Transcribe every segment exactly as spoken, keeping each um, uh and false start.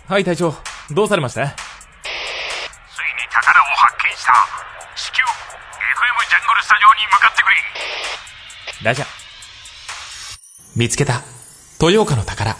はい隊長、どうされました？ついに宝を発見した。至急 エフエム ジャングルスタジオに向かってくれ。 ラジャー。見つけた豊岡の宝。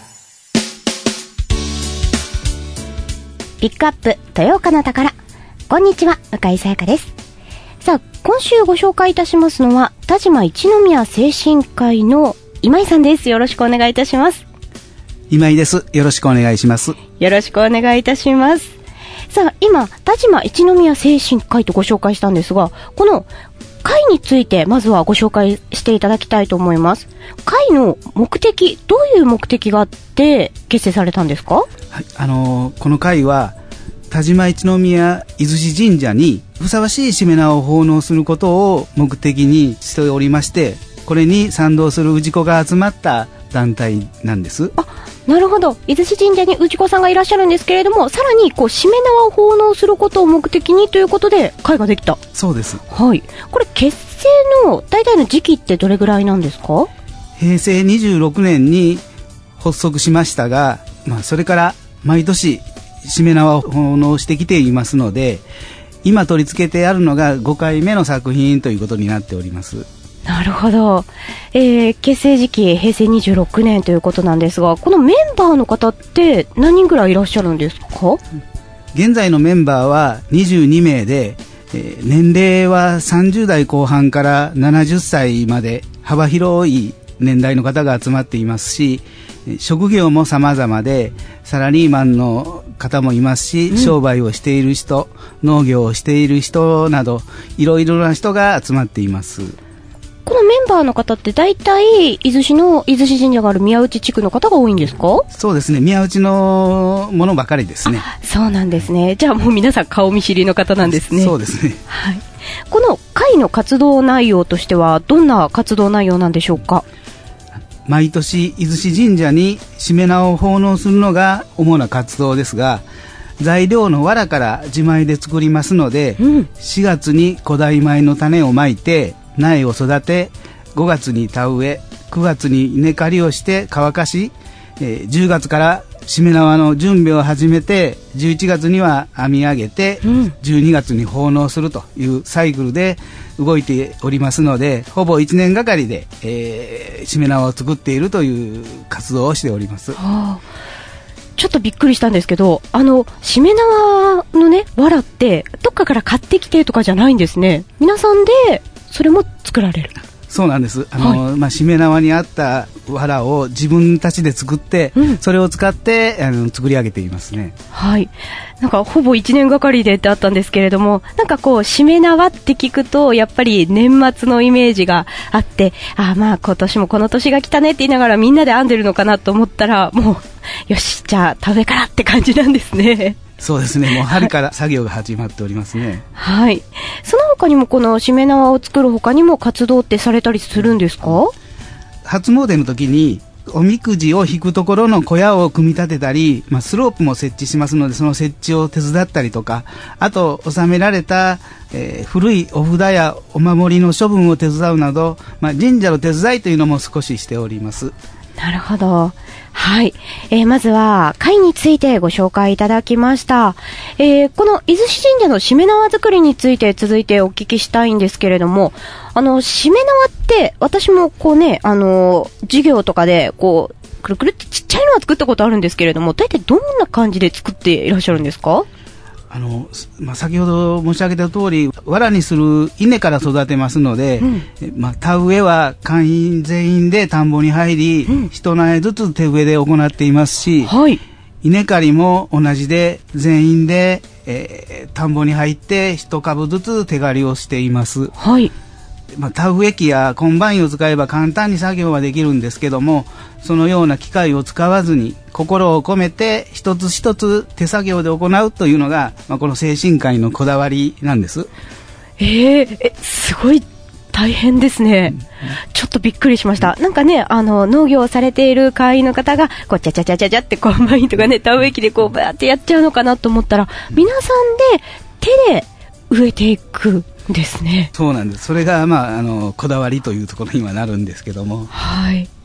ピックアップ豊岡の宝。こんにちは、向井さやかです。さあ、今週ご紹介いたしますのは田島一宮精神科医の今井さんです。よろしくお願いいたします。 今井です。よろしくお願いします。 よろしくお願いいたします。さあ、今田島一宮精神科医とご紹介したんですが、この会についてまずはご紹介していただきたいと思います。会の目的、どういう目的があって結成されたんですか？はい、 あのー、この会は田島一宮伊豆市神社にふさわしいしめ縄を奉納することを目的にしておりまして、これに賛同する氏子が集まった団体なんです。 あ、なるほど。伊豆市神社に氏子さんがいらっしゃるんですけれども、さらにこうしめ縄を奉納することを目的にということで会ができた。 そうです。 はい。これ結成の大体の時期ってどれぐらいなんですか？ へいせいにじゅうろくねんに発足しましたが、まあ、それから毎年しめ縄を奉納してきていますので、今取り付けてあるのがごかいめの作品ということになっております。 なるほど、えー、結成時期へいせいにじゅうろくねんということなんですが、このメンバーの方って何人ぐらいいらっしゃるんですか？ 現在のメンバーはにじゅうにめいで、えー、年齢はさんじゅうだいこう半からななじゅっさいまで幅広い年代の方が集まっていますし、職業も様々でサラリーマンの方もいますし、うん、商売をしている人、農業をしている人などいろいろな人が集まっています。 このメンバーの方って大体伊豆市の伊豆市神社がある宮内地区の方が多いんですか？ そうですね、宮内のものばかりですね。 そうなんですね。じゃあもう皆さん顔見知りの方なんですね。 そうですね、 はい、この会の活動内容としてはどんな活動内容なんでしょうか？ 毎年伊豆市神社にしめ縄を奉納するのが主な活動ですが、材料の藁から自前で作りますので、うん、しがつに古代米の種をまいて苗を育て、ごがつに田植え、くがつに稲刈りをして乾かし、えー、じゅうがつからしめ縄の準備を始めて、じゅういちがつには編み上げて、うん、じゅうにがつに奉納するというサイクルで動いておりますので、ほぼいちねんがかりで、えー、しめ縄を作っているという活動をしております。はあ、 ちょっとびっくりしたんですけど、あのしめ縄のね藁ってどっかから買ってきてとかじゃないんですね。皆さんでそれも作られる？ そうなんです。あの、はい、まあ、しめ縄にあった藁を自分たちで作って、うん、それを使ってあの作り上げていますね。 はい。なんかほぼいちねんがかりでってあったんですけれども、なんかこうしめ縄って聞くとやっぱり年末のイメージがあって、あ、まあ今年もこの年が来たねって言いながらみんなで編んでるのかなと思ったら、もうよし、じゃあ田植えからって感じなんですね。 そうですね、もう春から作業が始まっておりますね。 はい。その他にもこのしめ縄を作る他にも活動ってされたりするんですか？ 初詣の時におみくじを引くところの小屋を組み立てたり、まあ、スロープも設置しますのでその設置を手伝ったりとか、あと納められた、えー、古いお札やお守りの処分を手伝うなど、まあ、神社の手伝いというのも少ししております。 なるほど。はい、えー、まずは会についてご紹介いただきました。えー、この伊豆市神社のしめ縄作りについて続いてお聞きしたいんですけれども、あのしめ縄って私もこうね、あの授業とかでこうくるくるってちっちゃいのは作ったことあるんですけれども、大体どんな感じで作っていらっしゃるんですか？ あのまあ、先ほど申し上げた通り藁にする稲から育てますので、うんまあ、田植えは会員全員で田んぼに入り、うん、一苗ずつ手植えで行っていますし、はい、稲刈りも同じで全員で、えー、田んぼに入って一株ずつ手刈りをしています。はいまあ、田植え機やコンバインを使えば簡単に作業はできるんですけども、そのような機械を使わずに心を込めて一つ一つ手作業で行うというのが、まあ、この精神科医のこだわりなんです。 えー、えすごい大変ですね、うん、ちょっとびっくりしました、うん、なんかね、あの農業をされている会員の方がこうチャチャチャチャチャってコンバインとかね田植え機でこうバーってやっちゃうのかなと思ったら、うん、皆さんで手で植えていくですね。 そうなんです。それが、まあ、あのこだわりというところにはなるんですけども、 はい。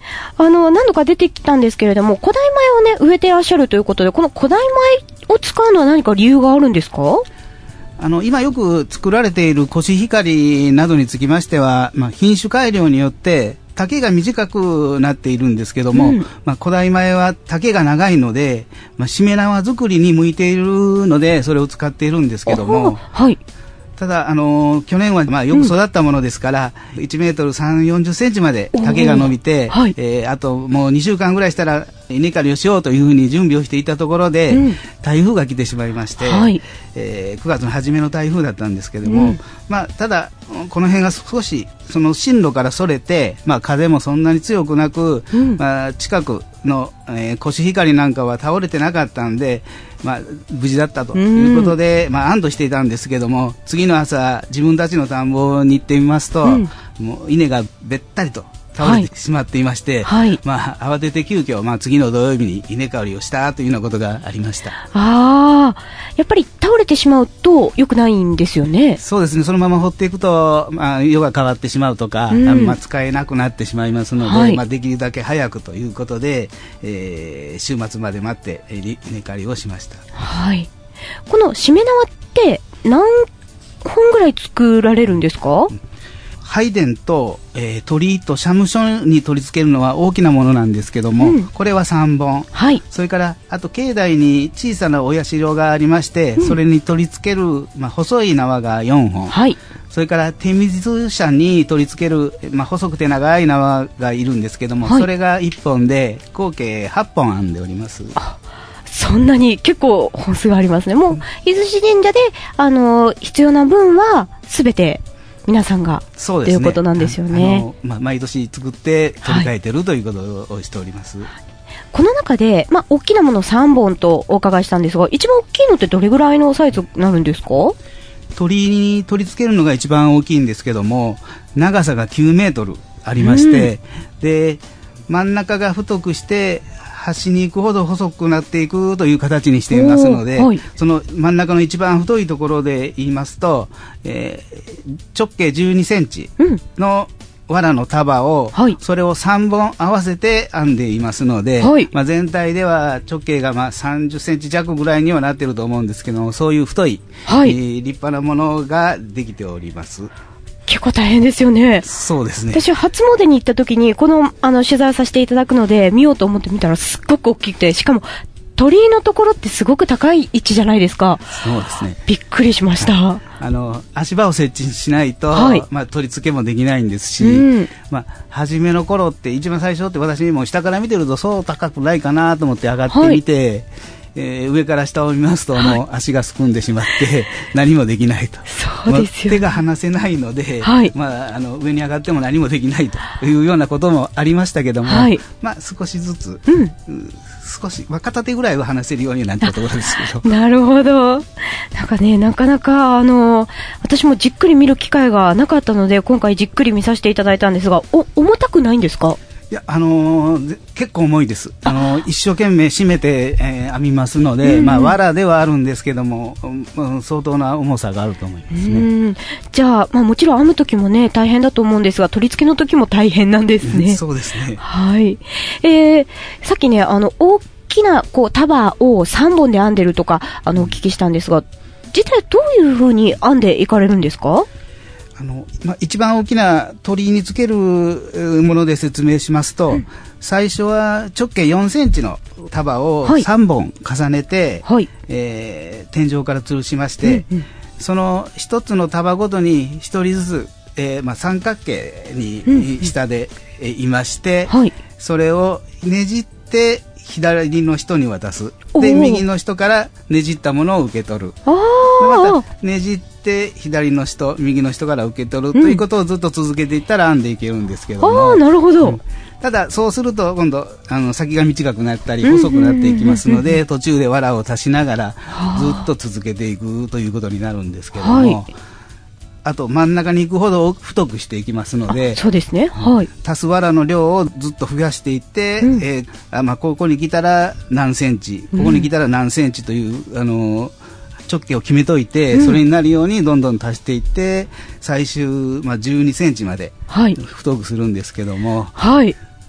あの、何度か出てきたんですけれども、古代米をね、植えていらっしゃるということで、この古代米を使うのは何か理由があるんですか？ あの今よく作られているコシヒカリなどにつきましては、まあ、品種改良によって丈が短くなっているんですけども、うん、まあ、古代米は丈が長いので、まあ、しめ縄作りに向いているのでそれを使っているんですけども、 はい、 ただ、あのー、去年はまあよく育ったものですから、うん、いちメートルさんじゅう、よんじゅっセンチまで丈が伸びて、はい、えー、あともうにしゅうかんぐらいしたら稲刈りをしようというふうに準備をしていたところで、うん、台風が来てしまいまして、はい、えー、くがつの初めの台風だったんですけども、うん、まあ、ただこの辺が少しその進路からそれて、まあ、風もそんなに強くなく、うん、まあ、近くの、えー、コシヒカリなんかは倒れてなかったんで、まあ、無事だったということで、うん、まあ、安堵していたんですけども、次の朝自分たちの田んぼに行ってみますと、うん、もう稲がべったりと倒れてしまっていまして、はい、まあ、慌てて急遽、まあ、次の土曜日に稲刈りをしたというようなことがありました。 ああ、やっぱり倒れてしまうと良くないんですよね。 そうですね、そのまま放っていくと、まあ、色が変わってしまうとか、うん、まあ、使えなくなってしまいますので、はい、まあ、できるだけ早くということで、えー、週末まで待って稲刈りをしました。 はい、このしめ縄って何本ぐらい作られるんですか？うん、 拝殿と、えー、鳥居と社務所に取り付けるのは大きなものなんですけども、うん、これはさんぼん、はい、それからあと境内に小さなお社がありまして、うん、それに取り付ける、まあ、細い縄がよんほん、はい、それから手水車に取り付ける、まあ、細くて長い縄がいるんですけども、はい、それがいっぽんで合計はっぽん編んでおります。 あ、そんなに結構本数がありますね。もう、うん、伊豆市神社で、あのー、必要な分は全て皆さんがと、ね、いうことなんですよね。 あの、まあ、毎年作って取り替えているということをしております。はい、 この中で、まあ、大きなものさんぼんとお伺いしたんですが、一番大きいのってどれぐらいのサイズになるんですか？ 鳥に取り付けるのが一番大きいんですけども、長さがきゅうメートルありまして、うん、で真ん中が太くして端に行くほど細くなっていくという形にしていますので、はい、その真ん中の一番太いところで言いますと、えー、直径じゅうにセンチの藁の束を、はい、それをさんぼん合わせて編んでいますので、はい、まあ、全体では直径がまあさんじゅっセンチ弱ぐらいにはなっていると思うんですけども、そういう太い、はい、えー、立派なものができております。 結構大変ですよね。 そうですね。 私は初詣に行った時にこの、あの取材をさせていただくので見ようと思ってみたらすっごく大きくて、しかも鳥居のところってすごく高い位置じゃないですか。 そうですね。 びっくりしました。はい、 あの足場を設置しないと、はい、まあ、取り付けもできないんですし、うん、まあ、初めの頃って一番最初って私も下から見てるとそう高くないかなと思って上がってみて、はい、えー、上から下を見ますともう足がすくんでしまって何もできないと。 そうですよ、 手が離せないので、 はい、 まあ、あの上に上がっても何もできないというようなこともありましたけども、はい、まあ、少しずつ、うん、少し、まあ、片手ぐらいは離せるようになったところですけど。 なるほど。なんかね、なかなかあの私もじっくり見る機会がなかったので今回じっくり見させていただいたんですが、お重たくないんですか？ いや、あのー、結構重いです。あのー、一生懸命締めて、えー、編みますので、うん、まあ、藁ではあるんですけども、うん、相当な重さがあると思いますね。うん、 じゃあ、まあ、もちろん編む時もね大変だと思うんですが、取り付けの時も大変なんですね。 うん、そうですね。 はい、えー、さっきね、あの大きなこう束をさんぼんで編んでるとかあのお聞きしたんですが、実際どういうふうに編んでいかれるんですか？ あのまあ、一番大きな鳥居につけるもので説明しますと、うん、最初は直径よんセンチの束をさんぼん重ねて、はい、えー、天井から吊るしまして、うんうん、その一つの束ごとに一人ずつ、えーまあ、三角形に下でいまして、うんうん、はい、それをねじって左の人に渡す。で、右の人からねじったものを受け取る。またねじって左の人、右の人から受け取る、うん、ということをずっと続けていったら編んでいけるんですけども。 あ、なるほど。うん、 ただそうすると今度あの先が短くなったり細くなっていきますので、途中で藁を足しながらずっと続けていくということになるんですけども、はい、あと真ん中に行くほど太くしていきますので、 そうですね、はい、 足す藁の量をずっと増やしていって、うん、えーあまあ、ここに来たら何センチ、ここに来たら何センチという、うん、あの直径を決めといて、うん、それになるようにどんどん足していって最終、まあ、じゅうにセンチまで太くするんですけども、 はい、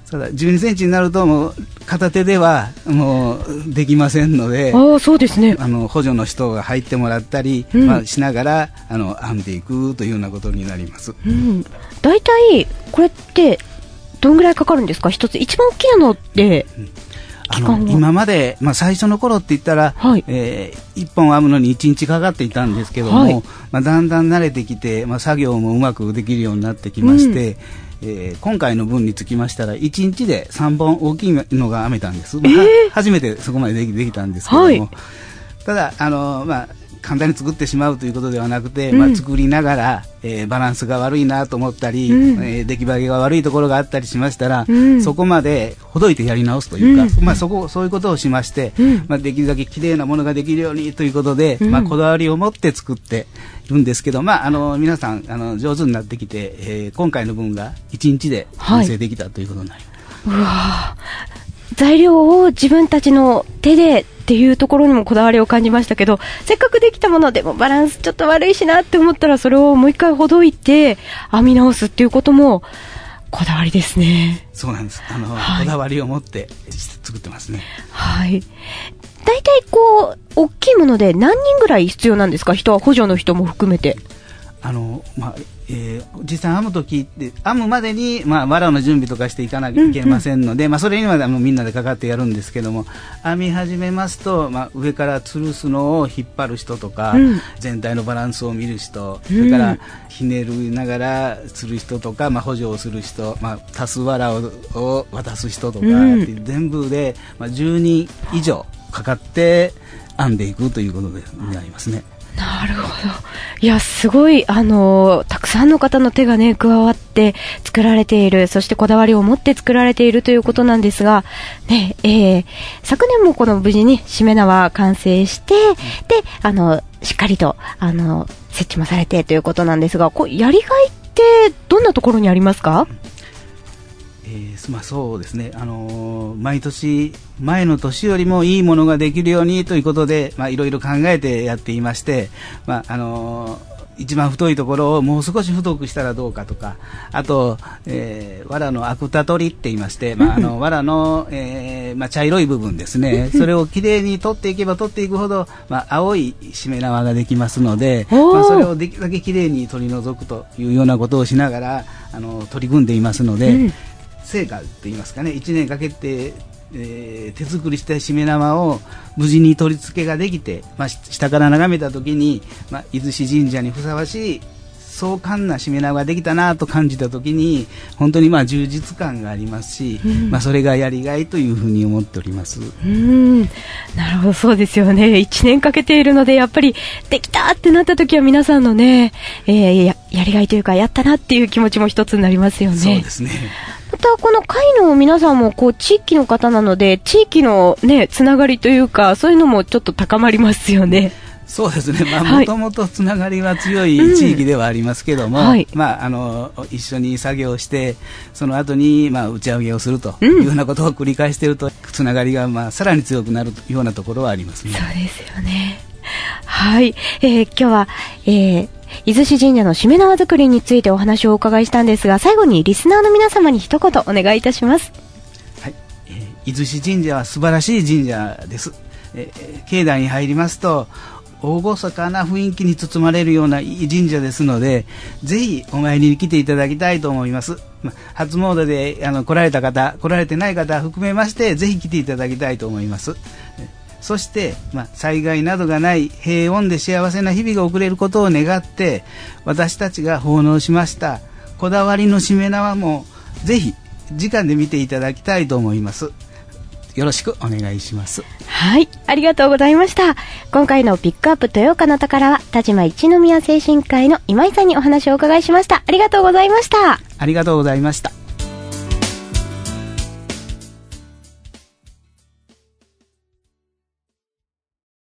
ただじゅうにセンチになるともう片手ではもうできませんので、 あそうですね、 あの補助の人が入ってもらったり、うんまあ、しながらあの編んでいくというようなことになります。 うん、だいたいこれってどんぐらいかかるんですか？一つ一番大きなのって、うんあの今まで、まあ、最初の頃って言ったら、はいえー、いっぽん編むのにいちにちかかっていたんですけども、はいまあ、だんだん慣れてきて、まあ、作業もうまくできるようになってきまして、うんえー、今回の分につきましたらいちにちでさんぼん大きいのが編めたんです、まあえー、初めてそこまででき、できたんですけども、はい、ただあの、まあ、簡単に作ってしまうということではなくて、うんまあ、作りながら、えー、バランスが悪いなと思ったり、うんえー、出来栄えが悪いところがあったりしましたら、うん、そこまでほどいてやり直すというか、うんまあ、そこそういうことをしまして、うんまあ、できるだけきれいなものができるようにということで、うんまあ、こだわりを持って作っているんですけど、まあ、あの皆さんあの上手になってきて、えー、今回の分がいちにちで完成できたということになります、 はい、うわ材料を自分たちの手でっていうところにもこだわりを感じましたけど、せっかくできたものでもバランスちょっと悪いしなって思ったらそれをもう一回ほどいて編み直すっていうこともこだわりですね。 そうなんです。あの、はい、こだわりを持って作ってますね。 はい。だいたいこう大きいもので何人ぐらい必要なんですか？人は補助の人も含めて。 あのまあえー、実際編むときって編むまでに、まあ、藁の準備とかしていかなきゃいけませんので、うんうんまあ、それにはあのみんなでかかってやるんですけども、編み始めますと、まあ、上から吊るすのを引っ張る人とか、うん、全体のバランスを見る人、それからひねるながら吊る人とか、まあ、補助をする人、まあ、足す藁をを渡す人とか、うん、全部で、まあ、じゅうにん以上かかって編んでいくということになりますね。 なるほど。いやすごいあのたくさんの方の手がね加わって作られている、そしてこだわりを持って作られているということなんですが、ねえー、昨年もこの無事にしめ縄完成して、うん、であのしっかりとあの設置もされてということなんですが、こうやりがいってどんなところにありますか？ えーまあ、そうですね、あのー、毎年前の年よりもいいものができるようにということで、まあ、いろいろ考えてやっていまして、まああのー、一番太いところをもう少し太くしたらどうかとか、あと、えー、藁のアクタ取りって言いまして、まあ、あの藁の、えーまあ、茶色い部分ですね、それをきれいに取っていけば取っていくほど、まあ、青いしめ縄ができますので、まあ、それをできるだけきれいに取り除くというようなことをしながらあの取り組んでいますので、うん成果と言いますかね、いちねんかけて、えー、手作りしたしめ縄を無事に取り付けができて、まあ、下から眺めたときに、まあ、伊豆市神社にふさわしい壮観なしめ縄ができたなと感じたときに本当にまあ充実感がありますし、うんまあ、それがやりがいというふうに思っております。 うんなるほど、そうですよね。いちねんかけているのでやっぱりできたってなったときは皆さんのね、えー、や, やりがいというかやったなっていう気持ちも一つになりますよね。 そうですね。 またこの会の皆さんもこう地域の方なので地域の、ね、つながりというかそういうのもちょっと高まりますよね。 そうですね、もともとつながりは強い地域ではありますけども、うんはいまあ、あの一緒に作業してその後にまあ打ち上げをするというようなことを繰り返していると、うん、つながりがまあさらに強くなるようなところはありますね。 そうですよね。はい、えー、今日は、えー伊豆市神社のしめ縄作りについてお話をお伺いしたんですが、最後にリスナーの皆様に一言お願いいたします。 はい、えー、伊豆市神社は素晴らしい神社です。えー、境内に入りますと厳かな雰囲気に包まれるようないい神社ですので、ぜひお参りに来ていただきたいと思います。ま、初詣であの来られた方来られてない方含めましてぜひ来ていただきたいと思います。そして、まあ、災害などがない平穏で幸せな日々が送れることを願って私たちが奉納しましたこだわりのしめ縄もぜひ直で見ていただきたいと思います。よろしくお願いします。 はい、ありがとうございました。今回のピックアップ豊岡の宝は田島一宮精神科医の今井さんにお話をお伺いしました。ありがとうございました。 ありがとうございました。